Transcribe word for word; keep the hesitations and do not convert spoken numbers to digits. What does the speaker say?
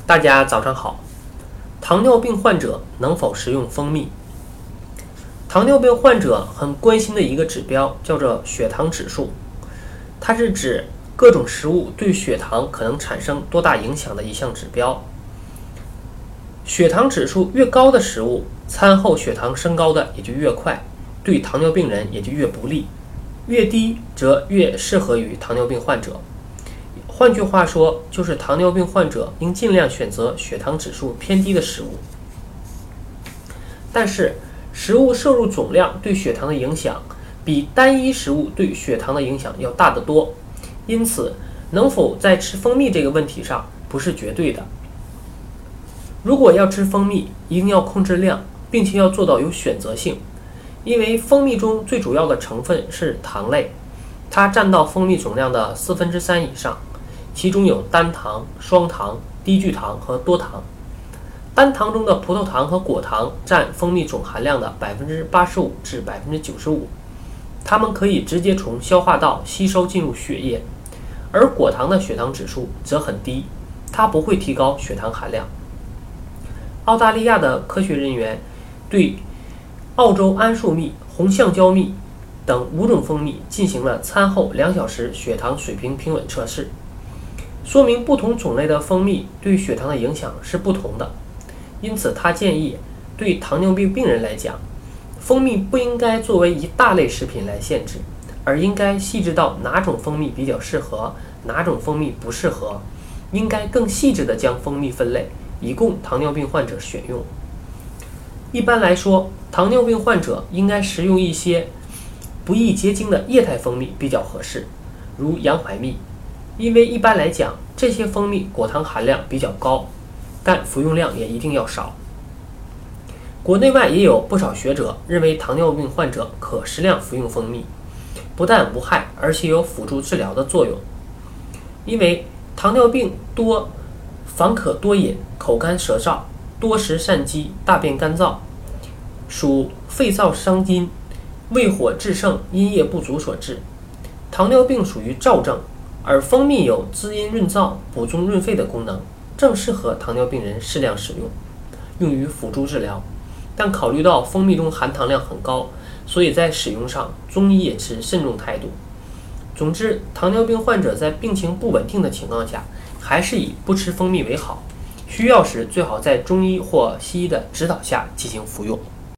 大家早上好。糖尿病患者能否食用蜂蜜？糖尿病患者很关心的一个指标叫做血糖指数，它是指各种食物对血糖可能产生多大影响的一项指标。血糖指数越高的食物，餐后血糖升高的也就越快，对糖尿病人也就越不利；越低则越适合于糖尿病患者。换句话说，就是糖尿病患者应尽量选择血糖指数偏低的食物。但是，食物摄入总量对血糖的影响比单一食物对血糖的影响要大得多，因此能否在吃蜂蜜这个问题上不是绝对的。如果要吃蜂蜜，一定要控制量，并且要做到有选择性，因为蜂蜜中最主要的成分是糖类，它占到蜂蜜总量的四分之三以上，其中有单糖、双糖、低聚糖和多糖。单糖中的葡萄糖和果糖占蜂蜜总含量的 百分之八十五 至 百分之九十五， 它们可以直接从消化道吸收进入血液，而果糖的血糖指数则很低，它不会提高血糖含量。澳大利亚的科学人员对澳洲桉树蜜、红橡胶蜜等五种蜂蜜进行了餐后两小时血糖水平平稳测试，说明不同种类的蜂蜜对血糖的影响是不同的。因此他建议对糖尿病病人来讲，蜂蜜不应该作为一大类食品来限制，而应该细致到哪种蜂蜜比较适合，哪种蜂蜜不适合，应该更细致地将蜂蜜分类，以供糖尿病患者选用。一般来说，糖尿病患者应该食用一些不易结晶的液态蜂蜜比较合适，如洋槐蜜，因为一般来讲，这些蜂蜜果糖含量比较高，但服用量也一定要少。国内外也有不少学者认为糖尿病患者可适量服用蜂蜜，不但无害，而且有辅助治疗的作用。因为糖尿病多烦渴多饮、口干舌燥、多食善饥、大便干燥，属肺燥伤津、胃火炽盛、阴液不足所致。糖尿病属于燥症，而蜂蜜有滋阴润燥、补中润肺的功能，正适合糖尿病人适量使用，用于辅助治疗。但考虑到蜂蜜中含糖量很高，所以在使用上中医也持慎重态度。总之，糖尿病患者在病情不稳定的情况下，还是以不吃蜂蜜为好，需要时最好在中医或西医的指导下进行服用。